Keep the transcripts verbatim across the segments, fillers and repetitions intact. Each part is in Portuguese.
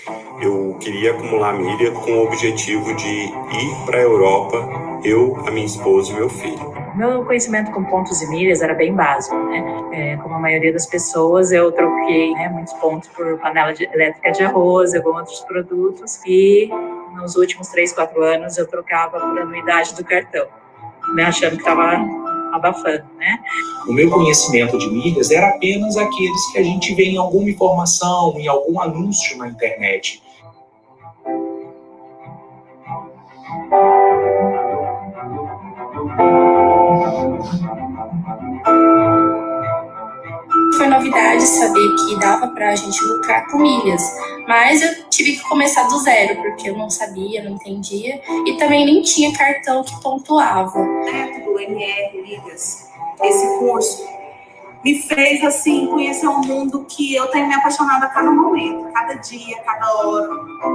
Eu queria acumular milha com o objetivo de ir para a Europa, eu, a minha esposa e meu filho. Meu conhecimento com pontos e milhas era bem básico, né? É, como a maioria das pessoas, eu troquei, né, muitos pontos por panela de, elétrica de arroz, alguns outros produtos, e nos últimos três, quatro anos eu trocava por anuidade do cartão, né, achando que estava abafando, né? O meu conhecimento de milhas era apenas aqueles que a gente vê em alguma informação, em algum anúncio na internet. Foi novidade saber que dava pra gente lucrar com milhas, mas eu tive que começar do zero, porque eu não sabia, não entendia, e também nem tinha cartão que pontuava. Método M R Milhas, esse curso, me fez, assim, conhecer um mundo que eu tenho me apaixonado a cada momento, a cada dia, a cada hora.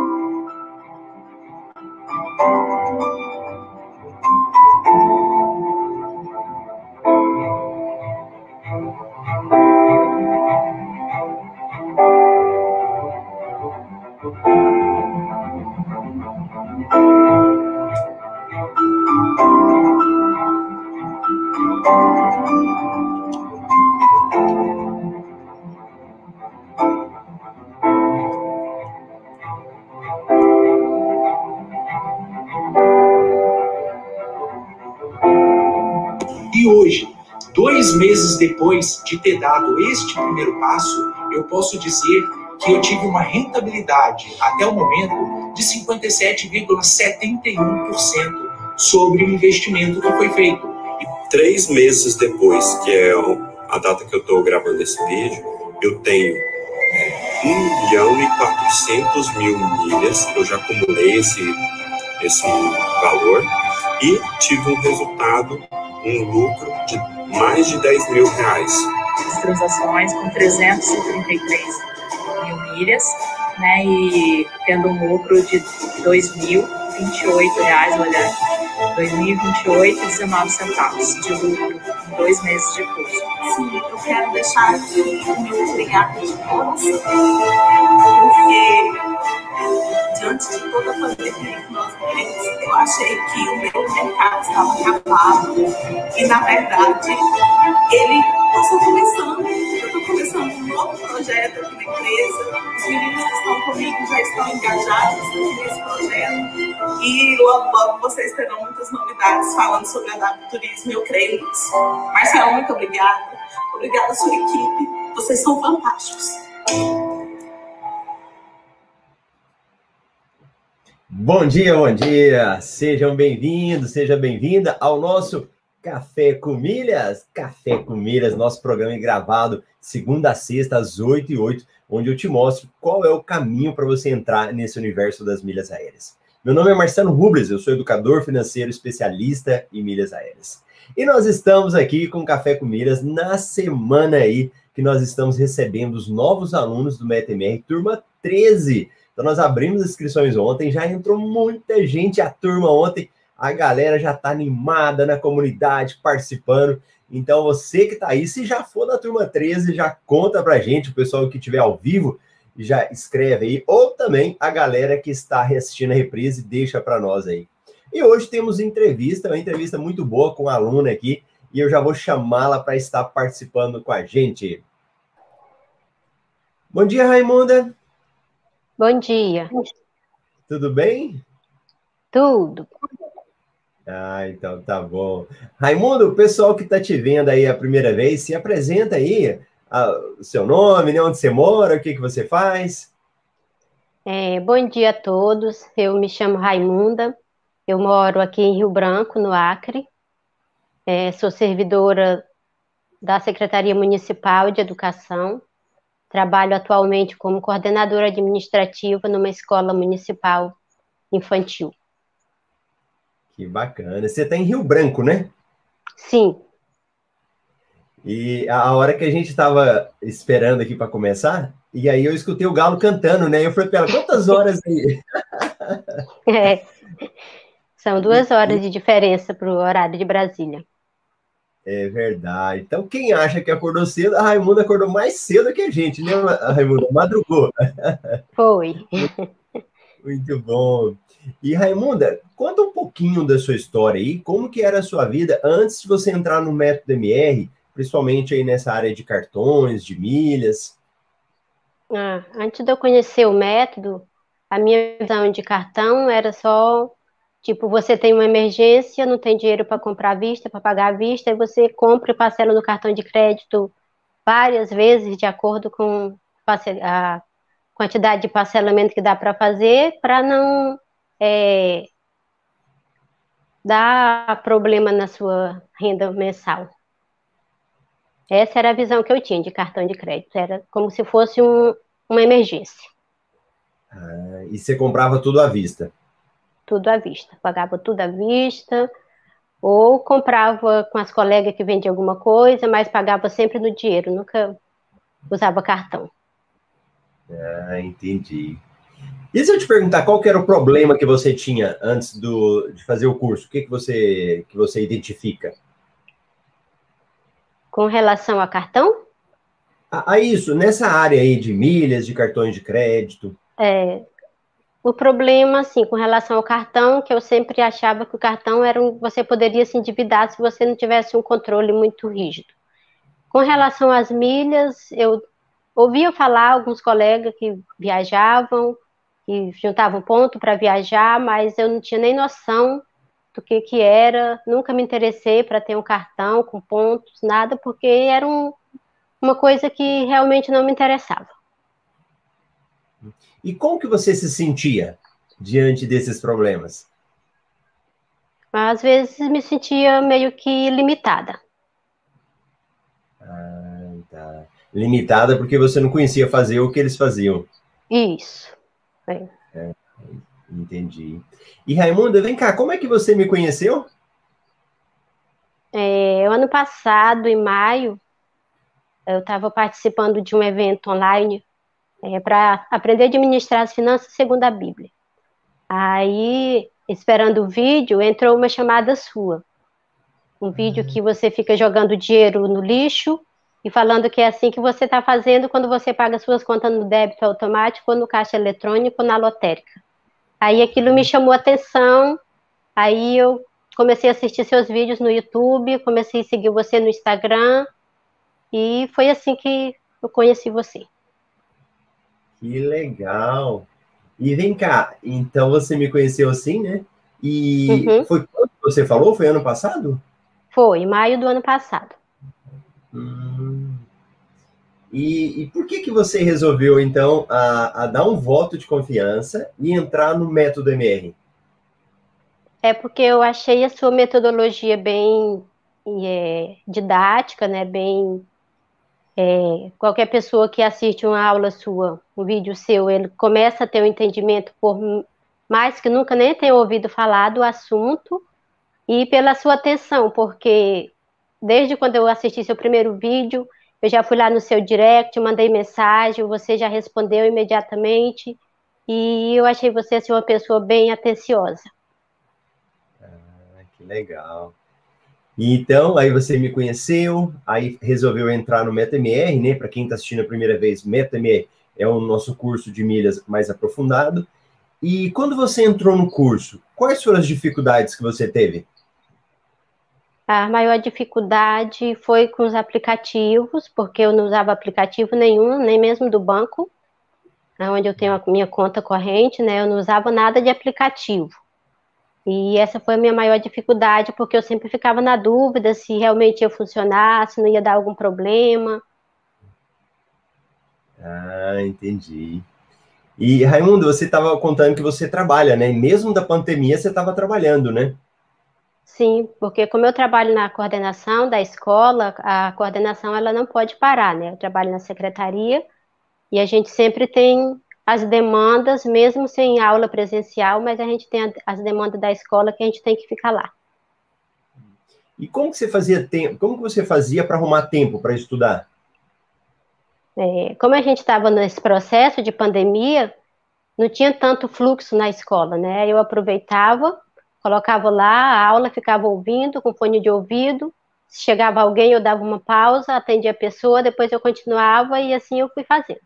E hoje, dois meses depois de ter dado este primeiro passo, eu posso dizer que eu tive uma rentabilidade, até o momento, de cinquenta e sete vírgula setenta e um por cento sobre o investimento que foi feito. E três meses depois, que é a data que eu estou gravando esse vídeo, eu tenho um milhão e quatrocentos mil milhas, eu já acumulei esse, esse valor, e tive um resultado, um lucro de mais de dez mil reais. As transações com trezentos e trinta e três mil milhas, né, e tendo um lucro de dois mil e vinte e oito reais, olha, dois mil e vinte e oito reais e dezenove centavos de lucro em dois meses de curso. Sim, eu quero deixar aqui o meu obrigado de coração, porque diante de toda a pandemia que nós vivemos, eu achei que o meu mercado estava acabado e, na verdade, ele está começando. Eu estou começando um novo projeto aqui na empresa. Os meninos que estão comigo já estão engajados nesse projeto e logo, logo vocês terão muitas novidades falando sobre adapturismo, eu creio nisso. Marcelo, muito obrigada. Obrigada à sua equipe. Vocês são fantásticos. Bom dia, bom dia! Sejam bem-vindos, seja bem-vinda ao nosso Café com Milhas. Café com Milhas, nosso programa gravado segunda a sexta, às oito e oito, onde eu te mostro qual é o caminho para você entrar nesse universo das milhas aéreas. Meu nome é Marcelo Rubles, eu sou educador financeiro especialista em milhas aéreas. E nós estamos aqui com o Café com Milhas na semana aí que nós estamos recebendo os novos alunos do MetaMR, turma treze. Então, nós abrimos as inscrições ontem, já entrou muita gente, a turma ontem, a galera já está animada na comunidade, participando. Então, você que está aí, se já for da turma treze, já conta pra gente, o pessoal que estiver ao vivo, já escreve aí, ou também a galera que está assistindo a reprise, deixa para nós aí. E hoje temos entrevista, uma entrevista muito boa com a aluna aqui, e eu já vou chamá-la para estar participando com a gente. Bom dia, Raimunda. Bom dia. Tudo bem? Tudo. Ah, então tá bom. Raimundo, o pessoal que está te vendo aí a primeira vez, se apresenta aí a, o seu nome, né, onde você mora, o que, que você faz. É, bom dia a todos, eu me chamo Raimunda, eu moro aqui em Rio Branco, no Acre, é, sou servidora da Secretaria Municipal de Educação. Trabalho atualmente como coordenadora administrativa numa escola municipal infantil. Que bacana. Você está em Rio Branco, né? Sim. E a hora que a gente estava esperando aqui para começar, e aí eu escutei o galo cantando, né? Eu falei para ela, quantas horas aí? É, são duas horas de diferença para o horário de Brasília. É verdade. Então, quem acha que acordou cedo, a Raimunda acordou mais cedo que a gente, né, a Raimunda? Madrugou. Foi. Muito bom. E, Raimunda, conta um pouquinho da sua história aí, como que era a sua vida antes de você entrar no método M R, principalmente aí nessa área de cartões, de milhas. Ah, antes de eu conhecer o método, a minha visão de cartão era só, tipo, você tem uma emergência, não tem dinheiro para comprar à vista, para pagar à vista, e você compra e parcela no cartão de crédito várias vezes, de acordo com a quantidade de parcelamento que dá para fazer, para não é, dar problema na sua renda mensal. Essa era a visão que eu tinha de cartão de crédito, era como se fosse um, uma emergência. Ah, e você comprava tudo à vista? Tudo à vista, pagava tudo à vista, ou comprava com as colegas que vendiam alguma coisa, mas pagava sempre no dinheiro, nunca usava cartão. Ah, entendi. E se eu te perguntar qual que era o problema que você tinha antes do, de fazer o curso? O que, que, você, que você identifica? Com relação a cartão? A, a isso, nessa área aí de milhas, de cartões de crédito. É, o problema, assim, com relação ao cartão, que eu sempre achava que o cartão era um, você poderia se endividar se você não tivesse um controle muito rígido. Com relação às milhas, eu ouvia falar alguns colegas que viajavam, que juntavam ponto para viajar, mas eu não tinha nem noção do que que era, nunca me interessei para ter um cartão com pontos, nada, porque era um, uma coisa que realmente não me interessava. E como que você se sentia diante desses problemas? Às vezes me sentia meio que limitada. Ah, tá. Limitada porque você não conhecia fazer o que eles faziam. Isso. É. É, entendi. E, Raimunda, vem cá, como é que você me conheceu? É, ano passado, em maio, eu estava participando de um evento online é, para aprender a administrar as finanças segundo a Bíblia. Aí, esperando o vídeo, entrou uma chamada sua. Um vídeo que você fica jogando dinheiro no lixo e falando que é assim que você está fazendo quando você paga suas contas no débito automático, ou no caixa eletrônico, ou na lotérica. Aí aquilo me chamou a atenção, aí eu comecei a assistir seus vídeos no YouTube, comecei a seguir você no Instagram, e foi assim que eu conheci você. Que legal! E vem cá, então você me conheceu assim, né? E Uhum. foi quando você falou? Foi ano passado? Foi, em maio do ano passado. Hum. E, e por que que você resolveu, então, a, a dar um voto de confiança e entrar no método M R? É porque eu achei a sua metodologia bem é, didática, né? Bem é, qualquer pessoa que assiste uma aula sua, um vídeo seu, ele começa a ter um entendimento por mais que nunca nem tenha ouvido falar do assunto, e pela sua atenção, porque desde quando eu assisti seu primeiro vídeo, eu já fui lá no seu direct, mandei mensagem, você já respondeu imediatamente, e eu achei você assim, uma pessoa bem atenciosa. Ah, que legal. E então, aí você me conheceu, aí resolveu entrar no MetaMR, né? Para quem está assistindo a primeira vez, MetaMR é o nosso curso de milhas mais aprofundado. E quando você entrou no curso, quais foram as dificuldades que você teve? A maior dificuldade foi com os aplicativos, porque eu não usava aplicativo nenhum, nem mesmo do banco, onde eu tenho a minha conta corrente, né? Eu não usava nada de aplicativo. E essa foi a minha maior dificuldade, porque eu sempre ficava na dúvida se realmente ia funcionar, se não ia dar algum problema. Ah, entendi. E, Raimundo, você estava contando que você trabalha, né? Mesmo da pandemia, você estava trabalhando, né? Sim, porque como eu trabalho na coordenação da escola, a coordenação ela não pode parar, né? Eu trabalho na secretaria e a gente sempre tem as demandas, mesmo sem aula presencial, mas a gente tem as demandas da escola que a gente tem que ficar lá. E como que você fazia tempo? Como que você fazia para arrumar tempo para estudar? É, como a gente estava nesse processo de pandemia, não tinha tanto fluxo na escola, né? Eu aproveitava, colocava lá a aula, ficava ouvindo com fone de ouvido Se chegava alguém, eu dava uma pausa, atendia a pessoa, depois eu continuava e assim eu fui fazendo.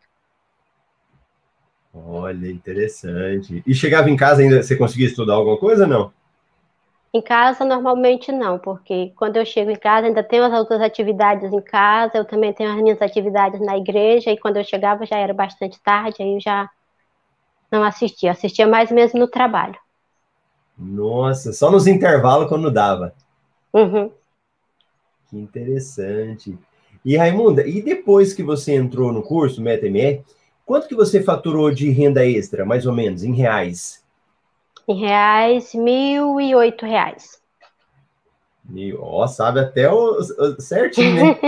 Olha, interessante. E chegava em casa ainda, você conseguia estudar alguma coisa ou não? Em casa, normalmente não, porque quando eu chego em casa, ainda tenho as outras atividades em casa, eu também tenho as minhas atividades na igreja, e quando eu chegava já era bastante tarde, aí eu já não assistia, assistia mais mesmo no trabalho. Nossa, só nos intervalos quando dava. Uhum. Que interessante. E, Raimunda, e depois que você entrou no curso MetaMR, quanto que você faturou de renda extra, mais ou menos, em reais? Em reais, mil e oito reais. Ó, sabe até o, o certinho, né?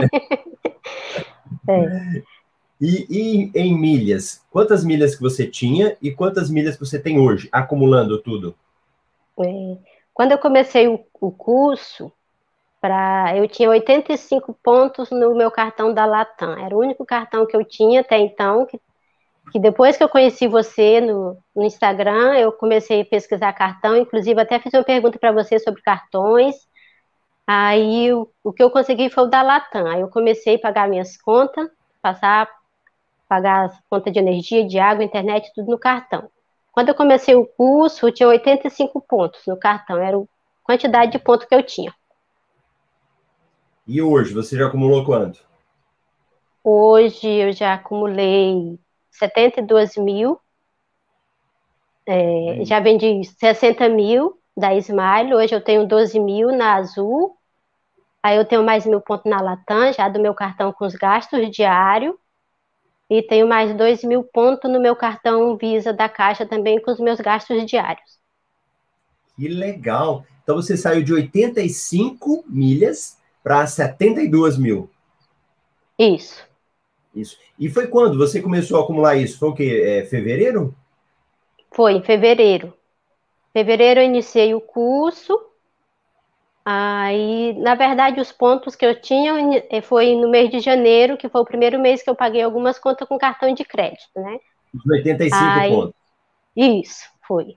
É. E, e em milhas, quantas milhas que você tinha e quantas milhas que você tem hoje, acumulando tudo? É. Quando eu comecei o, o curso, pra, eu tinha oitenta e cinco pontos no meu cartão da Latam. Era o único cartão que eu tinha até então, que, que depois que eu conheci você no, no Instagram, eu comecei a pesquisar cartão, inclusive até fiz uma pergunta para você sobre cartões. Aí o, o que eu consegui foi o da Latam. Aí eu comecei a pagar minhas contas, passar, pagar as contas de energia, de água, internet, tudo no cartão. Quando eu comecei o curso, eu tinha oitenta e cinco pontos no cartão, era a quantidade de pontos que eu tinha. E hoje, você já acumulou quanto? Hoje eu já acumulei setenta e dois mil, é, já vendi sessenta mil da Smile, hoje eu tenho doze mil na Azul, aí eu tenho mais mil pontos na Latam, já do meu cartão com os gastos diários, e tenho mais dois mil pontos no meu cartão Visa da Caixa também com os meus gastos diários. Que legal! Então você saiu de oitenta e cinco milhas para setenta e duas mil. Isso. Isso. E foi quando você começou a acumular isso? Foi o quê? É, fevereiro? Foi em fevereiro. Em fevereiro eu iniciei o curso. Aí, na verdade, os pontos que eu tinha foi no mês de janeiro, que foi o primeiro mês que eu paguei algumas contas com cartão de crédito, né? Os oitenta e cinco Aí, pontos. Isso, foi.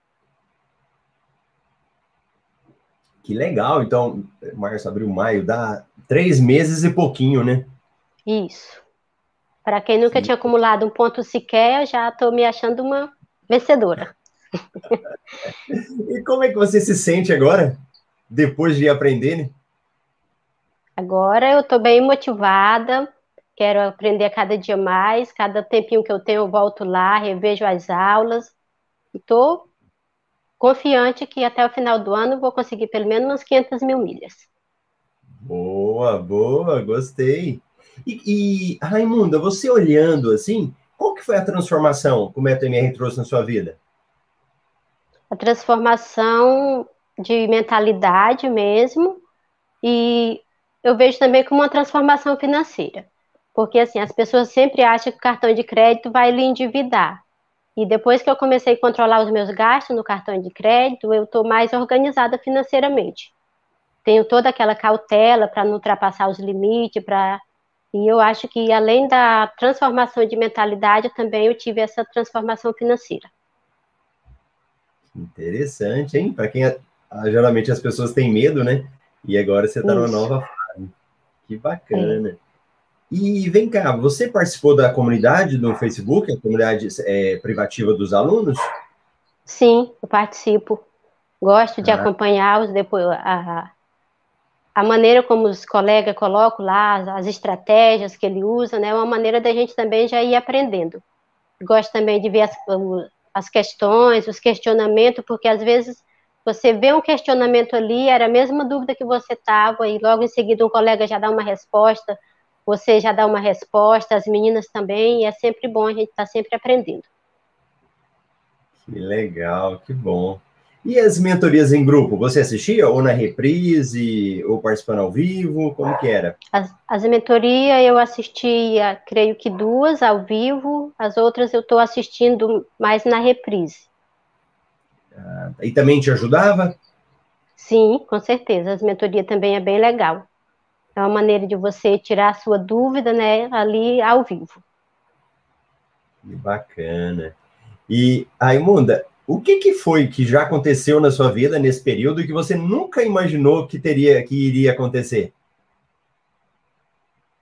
Que legal. Então, março, abril, maio, dá três meses e pouquinho, né? Isso. Para quem nunca Sim. tinha acumulado um ponto sequer, eu já estou me achando uma vencedora. E como é que você se sente agora, depois de aprender, né? Agora eu estou bem motivada, quero aprender cada dia mais, cada tempinho que eu tenho eu volto lá, revejo as aulas, e estou confiante que até o final do ano eu vou conseguir pelo menos umas quinhentas mil milhas. Boa, boa, gostei. E, e, Raimunda, você olhando assim, qual que foi a transformação que o MetaMR trouxe na sua vida? A transformação de mentalidade mesmo, e eu vejo também como uma transformação financeira, porque assim, as pessoas sempre acham que o cartão de crédito vai lhe endividar, e depois que eu comecei a controlar os meus gastos no cartão de crédito, eu estou mais organizada financeiramente. Tenho toda aquela cautela para não ultrapassar os limites, para... e eu acho que além da transformação de mentalidade, também eu tive essa transformação financeira. Interessante, hein? Para quem geralmente as pessoas têm medo, né? E agora você está numa nova fase. Que bacana. É. E vem cá, você participou da comunidade do Facebook, a comunidade é, privativa dos alunos? Sim, eu participo. Gosto de ah. acompanhar os depois a, a maneira como os colegas colocam lá, as, as estratégias que ele usa, né? É uma maneira da gente também já ir aprendendo. Gosto também de ver as, as questões, os questionamentos, porque às vezes você vê um questionamento ali, era a mesma dúvida que você estava, e logo em seguida um colega já dá uma resposta, você já dá uma resposta, as meninas também, e é sempre bom a gente estar tá sempre aprendendo. Que legal, que bom. E as mentorias em grupo, você assistia ou na reprise, ou participando ao vivo, como que era? As, as mentorias eu assistia, creio que duas ao vivo, as outras eu estou assistindo mais na reprise. Ah, e também te ajudava? Sim, com certeza, as mentorias também é bem legal. É uma maneira de você tirar a sua dúvida, né, ali ao vivo. Que bacana. E, Raimunda, o que, que foi que já aconteceu na sua vida nesse período e que você nunca imaginou que teria, que iria acontecer?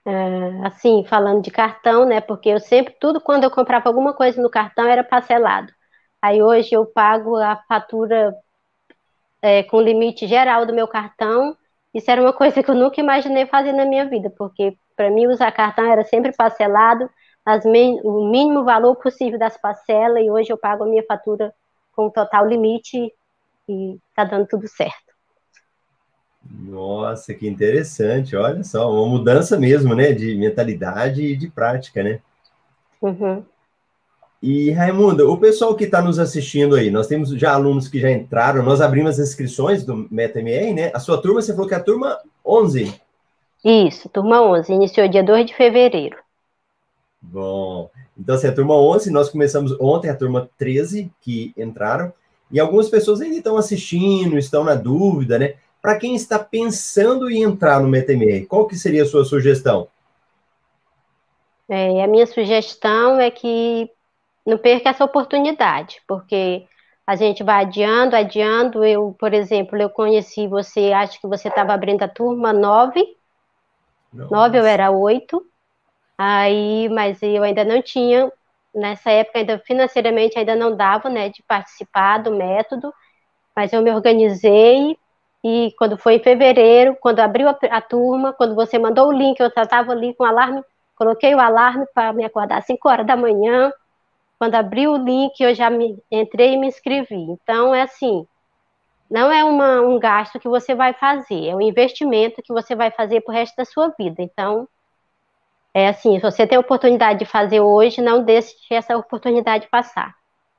É, assim, falando de cartão, né? Porque eu sempre, tudo quando eu comprava alguma coisa no cartão era parcelado. Aí hoje eu pago a fatura é, com limite geral do meu cartão. Isso era uma coisa que eu nunca imaginei fazer na minha vida, porque para mim usar cartão era sempre parcelado, as mi- o mínimo valor possível das parcelas, e hoje eu pago a minha fatura com total limite e tá dando tudo certo. Nossa, que interessante, olha só, uma mudança mesmo, né, de mentalidade e de prática, né? Uhum. E, Raimunda, o pessoal que está nos assistindo aí, nós temos já alunos que já entraram, nós abrimos as inscrições do MetaMR, né? A sua turma, você falou que é a turma onze. Isso, turma onze, iniciou dia dois de fevereiro. Bom, então assim, a turma onze, nós começamos ontem, a turma treze que entraram, e algumas pessoas ainda estão assistindo, estão na dúvida, né? Para quem está pensando em entrar no MetaMR, qual que seria a sua sugestão? É, a minha sugestão é que não perca essa oportunidade, porque a gente vai adiando, adiando. Eu, por exemplo, eu conheci você, acho que você estava abrindo a turma nove, nove eu era oito, aí, mas eu ainda não tinha, nessa época, ainda financeiramente ainda não dava, né, de participar do método, mas eu me organizei, e quando foi em fevereiro, quando abriu a, a turma, quando você mandou o link, eu já estava ali com o alarme, coloquei o alarme para me acordar às cinco horas da manhã. Quando abri o link, eu já me, entrei e me inscrevi. Então, é assim, não é uma, um gasto que você vai fazer, é um investimento que você vai fazer para o resto da sua vida. Então, é assim, se você tem a oportunidade de fazer hoje, não deixe essa oportunidade passar.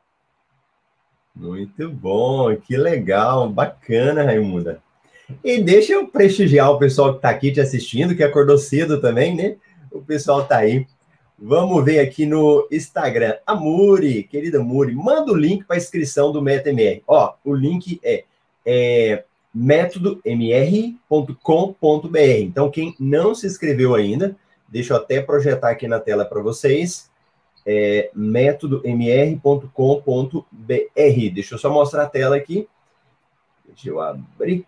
Muito bom, que legal, bacana, Raimunda. E deixa eu prestigiar o pessoal que está aqui te assistindo, que acordou cedo também, né? O pessoal está aí. Vamos ver aqui no Instagram. A Muri, querida Muri, manda o link para a inscrição do MetaMR. Ó, o link é, é método m r ponto com ponto b r. Então, quem não se inscreveu ainda, deixa eu até projetar aqui na tela para vocês. É método m r ponto com ponto b r. Deixa eu só mostrar a tela aqui. Deixa eu abrir.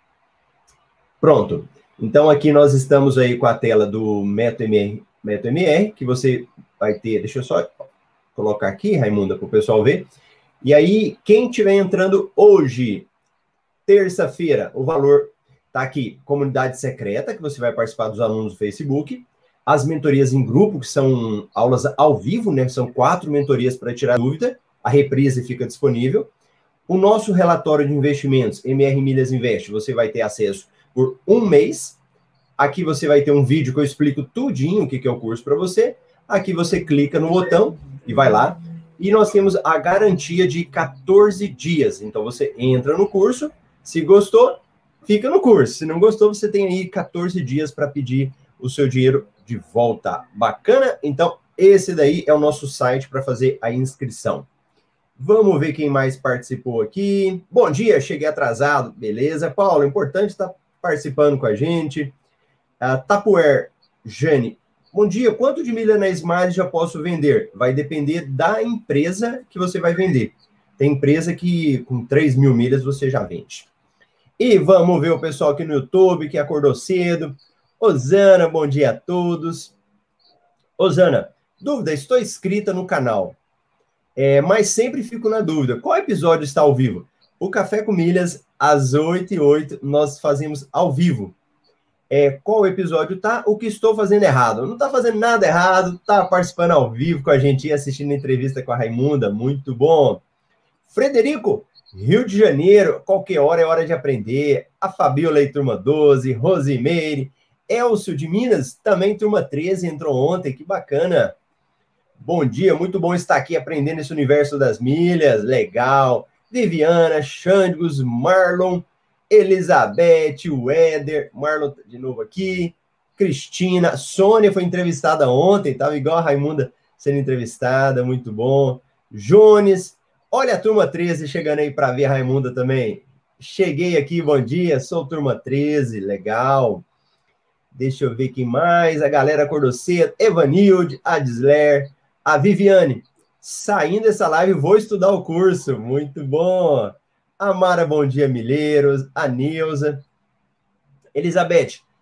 Pronto. Então, aqui nós estamos aí com a tela do MetaMR, MetaMR, que você vai ter... Deixa eu só colocar aqui, Raimunda, para o pessoal ver. E aí, quem estiver entrando hoje, terça-feira, o valor está aqui. Comunidade secreta, que você vai participar dos alunos do Facebook. As mentorias em grupo, que são aulas ao vivo, né? São quatro mentorias para tirar dúvida. A reprise fica disponível. O nosso relatório de investimentos, M R Milhas Invest, você vai ter acesso por um mês. Aqui você vai ter um vídeo que eu explico tudinho o que é o curso para você. Aqui você clica no botão e vai lá. E nós temos a garantia de quatorze dias. Então você entra no curso, se gostou, fica no curso. Se não gostou, você tem aí quatorze dias para pedir o seu dinheiro de volta. Bacana? Então esse daí é o nosso site para fazer a inscrição. Vamos ver quem mais participou aqui. Bom dia, cheguei atrasado. Beleza. Paulo, importante estar participando com a gente. Uh, Tapuer, Jane, bom dia. Quanto de milha na Smile já posso vender? Vai depender da empresa que você vai vender. Tem empresa que com três mil milhas você já vende. E vamos ver o pessoal aqui no YouTube que acordou cedo. Osana, bom dia a todos. Osana, dúvida, estou inscrita no canal. É, mas sempre fico na dúvida, qual episódio está ao vivo? O Café com Milhas, às oito e oito, nós fazemos ao vivo. É, qual episódio tá? O que estou fazendo errado? Não está fazendo nada errado, está participando ao vivo com a gente e assistindo a entrevista com a Raimunda, muito bom. Frederico, Rio de Janeiro, qualquer hora é hora de aprender. A Fabiola aí, turma doze, Rosimeire, Elcio de Minas, também turma treze, entrou ontem, que bacana. Bom dia, muito bom estar aqui aprendendo esse universo das milhas, legal. Viviana, Xandigos, Marlon, Elizabeth, Weder, Marlon de novo aqui, Cristina, Sônia foi entrevistada ontem, estava igual a Raimunda sendo entrevistada, muito bom. Jones, olha a turma treze chegando aí para ver a Raimunda também. Cheguei aqui, bom dia, sou turma treze, legal. Deixa eu ver quem mais, a galera acordou cedo, Evanilde, a Disler, a Viviane, saindo dessa live, vou estudar o curso, muito bom. A Mara, bom dia, Milheiros, a Neuza. Elizabeth,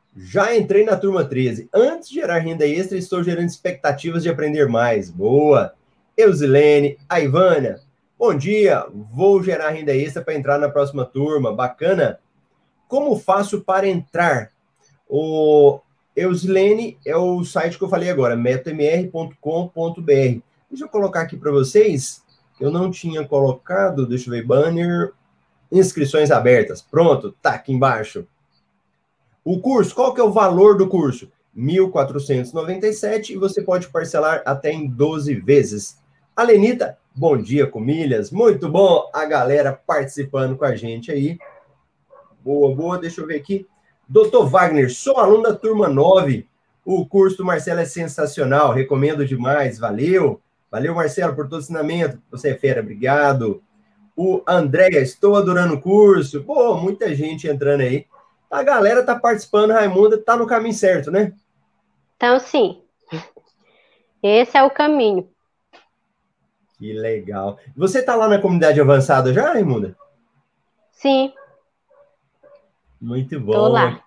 Já entrei na turma treze. Antes de gerar renda extra, estou gerando expectativas de aprender mais. Boa. Eusilene, a Ivânia. Bom dia. Vou gerar renda extra para entrar na próxima turma. Bacana. Como faço para entrar? O Eusilene é o site que eu falei agora, método m r ponto com ponto b r. Deixa eu colocar aqui para vocês. Eu não tinha colocado, deixa eu ver, banner, inscrições abertas. Pronto, tá aqui embaixo. O curso, qual que é o valor do curso? mil quatrocentos e noventa e sete reais e você pode parcelar até em doze vezes. A Lenita, bom dia, Comilhas. Muito bom a galera participando com a gente aí. Boa, boa, deixa eu ver aqui. doutor Wagner, sou aluno da turma nove. O curso do Marcelo é sensacional, recomendo demais. Valeu. Valeu, Marcelo, por todo o ensinamento. Você é fera, obrigado. O Andréia, estou adorando o curso. Pô, muita gente entrando aí. A galera tá participando, Raimunda, tá no caminho certo, né? Então, sim. Esse é o caminho. Que legal. Você tá lá na comunidade avançada já, Raimunda? Sim. Muito bom. Tô lá.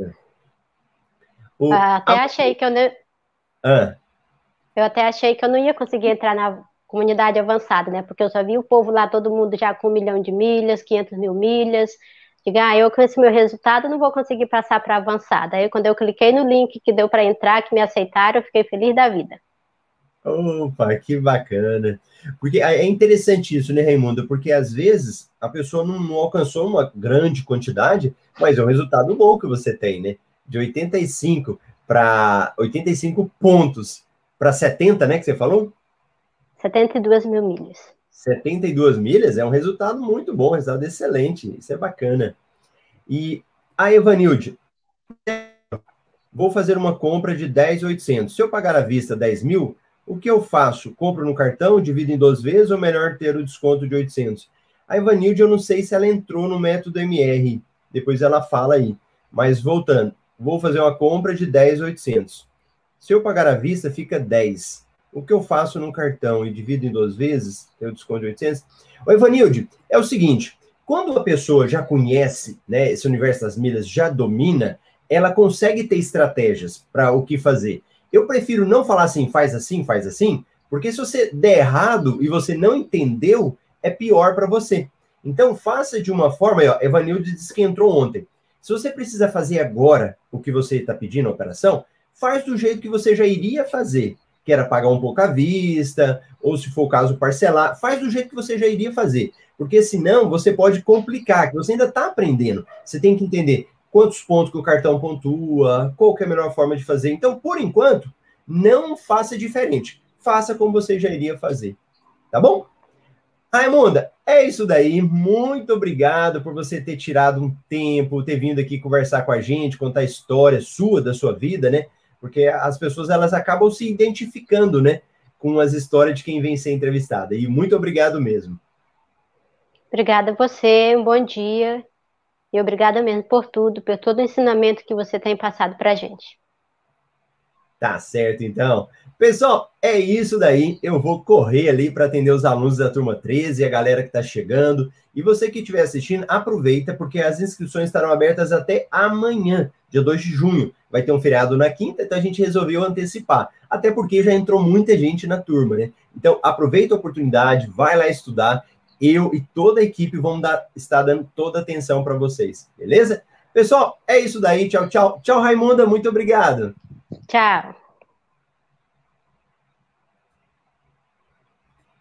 O... Até a... achei que eu não... Ah. Eu até achei que eu não ia conseguir entrar na comunidade avançada, né? Porque eu só vi o povo lá, todo mundo já com um milhão de milhas, quinhentas mil milhas. Diga, ah, eu com esse meu resultado não vou conseguir passar para avançada. Aí quando eu cliquei no link que deu para entrar, que me aceitaram, eu fiquei feliz da vida. Opa, que bacana. Porque é interessante isso, né, Raimunda? Porque às vezes a pessoa não, não alcançou uma grande quantidade, mas é um resultado bom que você tem, né? De oitenta e cinco para oitenta e cinco pontos para setenta, né, que você falou? setenta e duas mil milhas. setenta e duas milhas é um resultado muito bom, um resultado excelente, isso é bacana. E a Evanilde, vou fazer uma compra de dez mil e oitocentos. Se eu pagar à vista dez mil, o que eu faço? Compro no cartão, divido em doze vezes ou melhor ter o desconto de oitocentos? A Evanilde, eu não sei se ela entrou no método M R, depois ela fala aí. Mas voltando, vou fazer uma compra de dez mil e oitocentos. Se eu pagar à vista, fica dez. O que eu faço no cartão e divido em duas vezes, tem o desconto de oitocentos. O Evanilde, é o seguinte, quando a pessoa já conhece, né, esse universo das milhas, já domina, ela consegue ter estratégias para o que fazer. Eu prefiro não falar assim, faz assim, faz assim, porque se você der errado e você não entendeu, é pior para você. Então, faça de uma forma, ó, Evanilde disse que entrou ontem. Se você precisa fazer agora o que você está pedindo a operação, faz do jeito que você já iria fazer, que era pagar um pouco à vista, ou se for o caso, parcelar, faz do jeito que você já iria fazer, porque senão você pode complicar, que você ainda está aprendendo, você tem que entender quantos pontos que o cartão pontua, qual que é a melhor forma de fazer, então, por enquanto, não faça diferente, faça como você já iria fazer, tá bom? Raimunda, é isso daí, muito obrigado por você ter tirado um tempo, ter vindo aqui conversar com a gente, contar a história sua, da sua vida, né? Porque as pessoas, elas acabam se identificando, né, com as histórias de quem vem ser entrevistada. E muito obrigado mesmo. Obrigada a você, um bom dia. E obrigada mesmo por tudo, por todo o ensinamento que você tem passado para a gente. Tá certo, então. Pessoal, é isso daí. Eu vou correr ali para atender os alunos da turma treze, a galera que está chegando. E você que estiver assistindo, aproveita, porque as inscrições estarão abertas até amanhã, dia dois de junho. Vai ter um feriado na quinta, então a gente resolveu antecipar. Até porque já entrou muita gente na turma, né? Então, aproveita a oportunidade, vai lá estudar. Eu e toda a equipe vão dar, estar dando toda a atenção para vocês, beleza? Pessoal, é isso daí. Tchau, tchau. Tchau, Raimunda. Muito obrigado. Tchau.